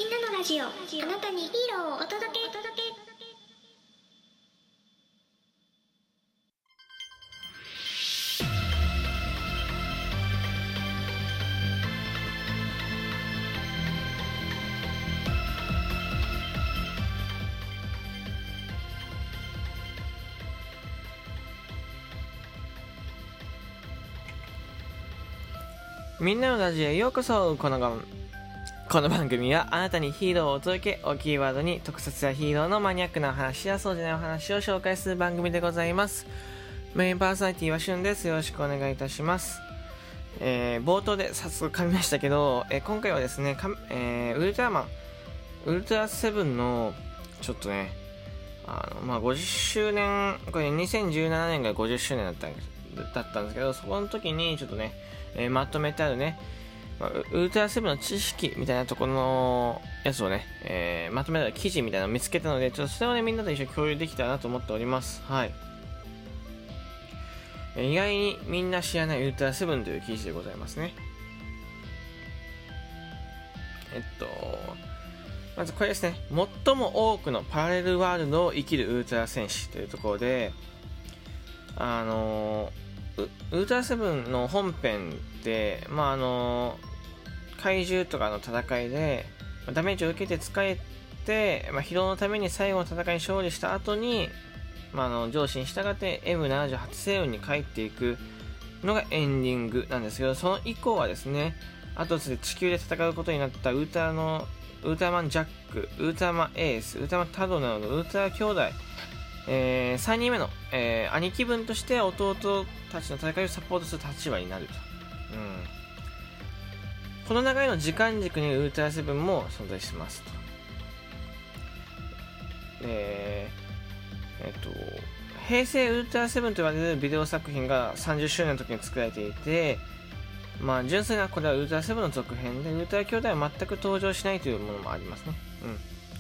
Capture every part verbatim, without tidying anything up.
みんなのラジオ、あなたにヒーローをお届けお届けみんなのラジオへようこそ。このがこの番組はあなたにヒーローをお届けをキーワードに特撮やヒーローのマニアックな話やそうじゃないお話を紹介する番組でございます。メインパーソナリティはしゅんです。よろしくお願いいたします。えー、冒頭で早速噛みましたけど、えー、今回はですね、えー、ウルトラマンウルトラセブンのちょっとねあの、まあ、ごじゅっしゅうねん、これにせんじゅうななねんがごじゅっしゅうねんだったんですだったんですけど、そこの時にちょっとね、えー、まとめてあるね、まあ、ウルトラセブンの知識みたいなところのやつをね、えー、まとめた記事みたいなのを見つけたので、ちょっとそれをねみんなと一緒に共有できたらなと思っております。はい。えー、意外にみんな知らないウルトラセブンという記事でございますね。えっとまずこれですね、最も多くのパラレルワールドを生きるウルトラ戦士というところで、あのーウルトラセブンの本編で、まああの怪獣とかの戦いでダメージを受けて使えて、まあ、疲労のために最後の戦いに勝利した後に、まあ、あの上司に従って エムななじゅうはち 星雲に帰っていくのがエンディングなんですけど、その以降はですね、後で地球で戦うことになったウルトラのウルトラマンジャック、ウルトラマンエース、ウルトラマンタドなどのウルトラ兄弟、えー、さんにんめの、えー、兄貴分として弟たちの戦いをサポートする立場になると、うん、この流れの時間軸にウルトラセブンも存在しますと。えー、えっと平成ウルトラセブンと言われるビデオ作品がさんじゅっしゅうねんの時に作られていて、まあ純粋なこれはウルトラセブンの続編で、ウルトラ兄弟は全く登場しないというものもありますね。うん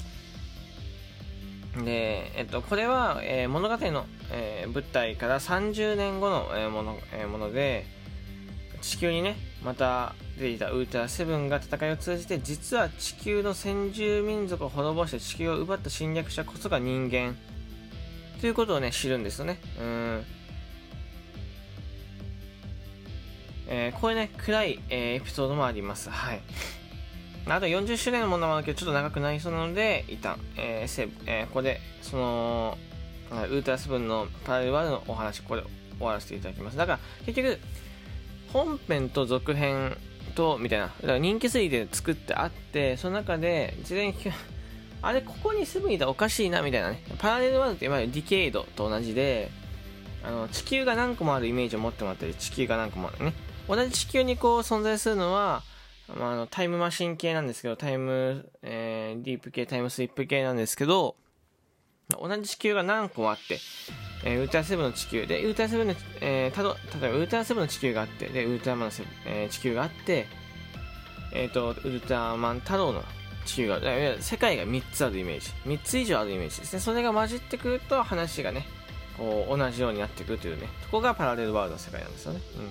で、えっと、これは、えー、物語の、えー、舞台からさんじゅうねんごの、えー、もの、えー、もので、地球にねまた出ていたウルトラセブンが戦いを通じて、実は地球の先住民族を滅ぼして地球を奪った侵略者こそが人間ということをね知るんですよね。うん、えー、これね暗い、えー、エピソードもあります。はい。あとよんじゅっしゅうねんのものもあるけどちょっと長くなりそうなので一旦、えーセえー、ここでそのウルトラセブンのパラレルワールドのお話ここで終わらせていただきます。だから結局本編と続編とみたいな、だから人気すぎて作ってあって、その中で事前にあれここにセブンいたらおかしいなみたいなね、パラレルワールドっていわゆるディケイドと同じで、あの地球が何個もあるイメージを持ってもらったり、地球が何個もあるね、同じ地球にこう存在するのはまあ、あのタイムマシン系なんですけど、タイム、えー、ディープ系、タイムスリップ系なんですけど、同じ地球が何個もあって、えー、ウルトラセブンの地球で、ウルトラセブンの、えー、たど例えばウルトラセブンの地球があって、でウルトラマンのセブン、えー、地球があって、えーと、ウルトラマン太郎の地球がある、いわゆる世界がみっつあるイメージ、みっつ以上あるイメージですね。それが混じってくると話がねこう同じようになってくるというね、そこがパラレルワールドの世界なんですよね。うん、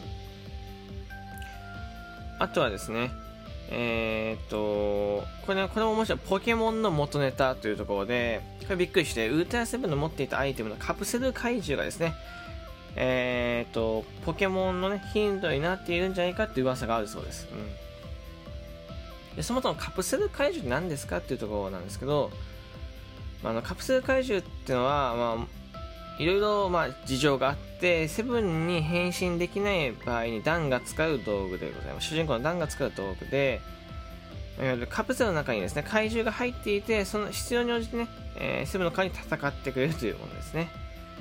あとはですね、えー、っとこれ、ね、これも面白い、ポケモンの元ネタというところで、これびっくりして、ウルトラセブンの持っていたアイテムのカプセル怪獣がですね、えー、っとポケモンの、ね、ヒントになっているんじゃないかっていう噂があるそうです。うん、でそもそもカプセル怪獣って何ですかっていうところなんですけど、まあ、あのカプセル怪獣っていうのは、まあいろいろまあ事情があって、セブンに変身できない場合にダンが使う道具でございます。主人公のダンが使う道具で、カプセルの中にですね怪獣が入っていて、その必要に応じてね、えー、セブンの代わりに戦ってくれるというものですね。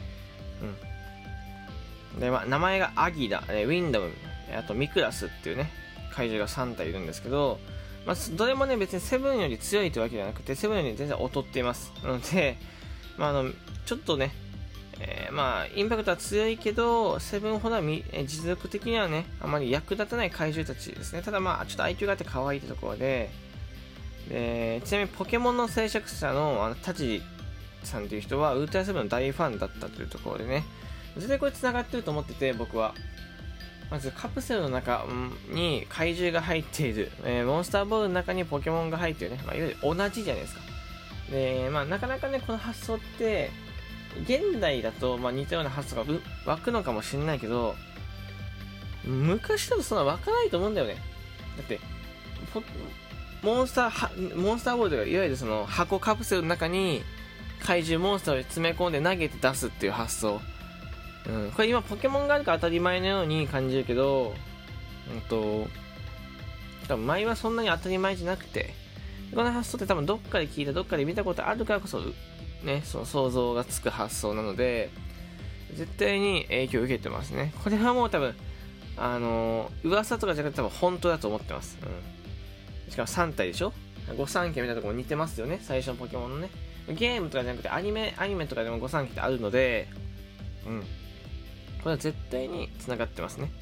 うん、で、まあ、名前がアギラ、ウィンダム、あとミクラスっていうね怪獣がさん体いるんですけど、まあ、どれもね別にセブンより強いというわけではなくて、セブンより全然劣っていますので、まあ、あのちょっとねえー、まあインパクトは強いけど、セブンほどはみ、えー、実力的にはねあまり役立たない怪獣たちですね。ただまあちょっと愛嬌があって可愛いところで、でちなみにポケモンの制作者のあのタチさんという人はウルトラセブンの大ファンだったというところでね、絶対これ繋がってると思ってて、僕はまずカプセルの中に怪獣が入っている、えー、モンスターボールの中にポケモンが入っているね、まあ、いわゆる同じじゃないですか。で、まあ、なかなかねこの発想って現代だとまあ似たような発想が湧くのかもしれないけど、昔だとそんな湧かないと思うんだよね。だってモンスターモンスターボールとかいわゆるその箱カプセルの中に怪獣モンスターを詰め込んで投げて出すっていう発想、うん、これ今ポケモンがあるから当たり前のように感じるけど、うんと多分前はそんなに当たり前じゃなくて、この発想って多分どっかで聞いたどっかで見たことあるからこそね、その想像がつく発想なので絶対に影響を受けてますね。これはもう多分あのー、噂とかじゃなくて多分本当だと思ってます、うん、しかもさん体でしょ。御三家みたいなところも似てますよね、最初のポケモンのね。ゲームとかじゃなくてアニメアニメとかでも御三家ってあるので、うん、これは絶対に繋がってますね、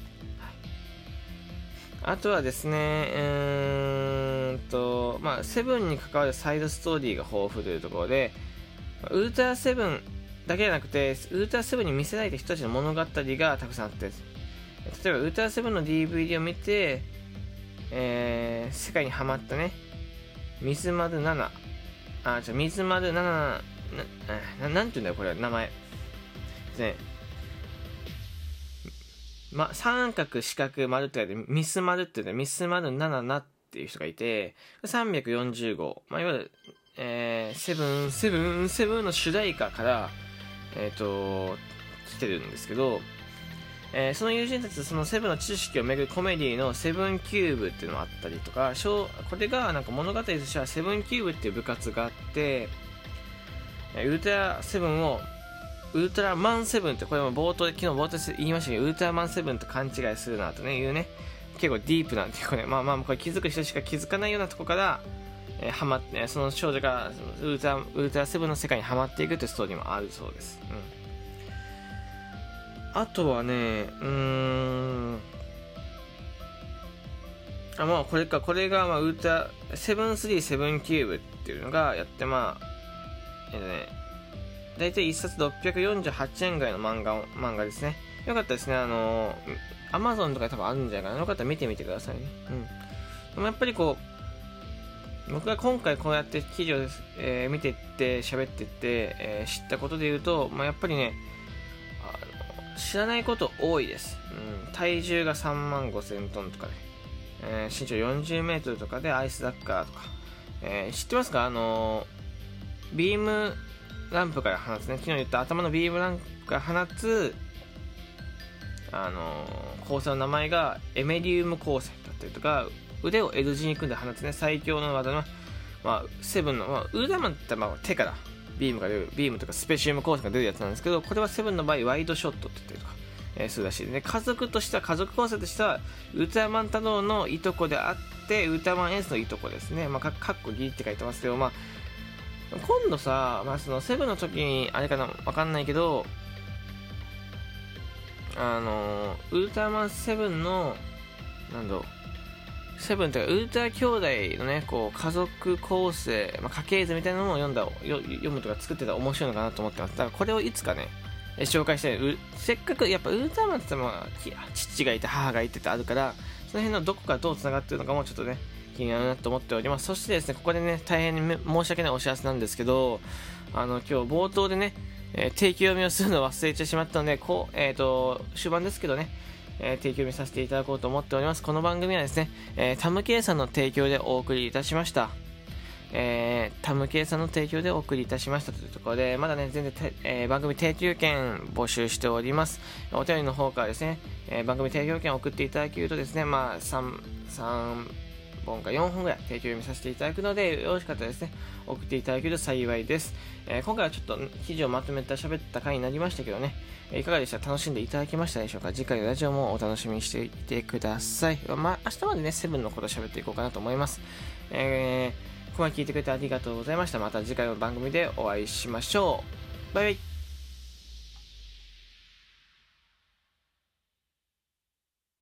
はい、あとはですねうーんとまあセブンに関わるサイドストーリーが豊富というところで、ウルトラセブンだけじゃなくてウルトラセブンに見せられた人たちの物語がたくさんあって、例えばウルトラセブンの ディーブイディー を見て、えー、世界にハマったね水丸ななあじゃ水丸なななななんていうんだよこれ名前ですね、ま、三角四角丸って書いてミス丸って言うんだよ。ミス丸なななっていう人がいてさんびゃくよんじゅうご、まあ、いわゆるえー、セブンセブンセブンの主題歌からえっ、ー、と来てるんですけど、えー、その友人たちとそのセブンの知識をめぐるコメディのセブンキューブっていうのがあったりとか、これがなんか物語としてはセブンキューブっていう部活があって、ウルトラセブンをウルトラマンセブンってこれも冒頭で昨日冒頭で言いましたけど、ウルトラマンセブンと勘違いするなとねいうね、結構ディープなんていうかね、まあまあこれ気づく人しか気づかないようなとこからえー、はまってその少女がウルトラウルトラセブンの世界にはまっていくというストーリーもあるそうです、うん、あとはねうーんあまあこれかこれがまあウルトラセブンスリーセブンキューブっていうのがやってまあえっとねだいたいいっさつろっぴゃくよんじゅうはちえんぐらいの漫画漫画ですね。よかったですね、あのアマゾンとかで多分あるんじゃないかな。よかったら見てみてくださいね。うんでもやっぱりこう僕が今回こうやって記事を、えー、見ていって喋っていって、えー、知ったことで言うと、まあ、やっぱりねあの知らないこと多いです、うん、体重がさんまんごせんトンとかで、えー、身長よんじゅうメートルとかでアイスダッカーとか、えー、知ってますか？あのビームランプから放つね、昨日言った頭のビームランプから放つあの光線の名前がエメリウム光線だったりとか、腕を L 字に組んで放つね最強の技の、まあ、セブンの、まあ、ウルトラマンってまあ手からビームが出るビームとかスペシウム光線が出るやつなんですけど、これはセブンの場合ワイドショットって言ったりとか、えー、するらしいで、ね、家族としては家族構成としてはウルトラマン太郎のいとこであってウルトラマンエースのいとこですね。まあ、か, かっこギって書いてますけど、まあ、今度さ、まあ、そのセブンの時にあれかなわかんないけど、あのウルトラマンセブンのなんだろうセブンというかウルトラ兄弟のねこう家族構成、まあ、家系図みたいなのも読んだよ読むとか作ってたら面白いのかなと思ってます。だからこれをいつかね紹介したい。せっかくやっぱウルトラマンって言ったら父がいて母がいてってあるから、その辺のどこからどうつながってるのかもちょっとね気になるなと思っております。そしてですねここでね大変に申し訳ないお知らせなんですけど、あの今日冒頭でね、えー、定期読みをするのを忘れてしまったのでこう、えー、と終盤ですけどねえー、提供見させていただこうと思っております。この番組はですね、えー、タムケイさんの提供でお送りいたしました。えー、タムケイさんの提供でお送りいたしましたというところで、まだね全然、えー、番組提供券募集しております。お便りの方からですね、えー、番組提供券を送っていただけるとですね、まあ 3, 3本かよんほんぐらい提供見させていただくので、よろしかったらですね送っていただけると幸いです。えー、今回はちょっと記事をまとめた喋った回になりましたけどね、いかがでした？楽しんでいただけましたでしょうか？次回のラジオもお楽しみにしていてください。まあ、明日までね、セブンのこと喋っていこうかなと思います。えー、ここまで聞いてくれてありがとうございました。また次回の番組でお会いしましょう。バイバイ。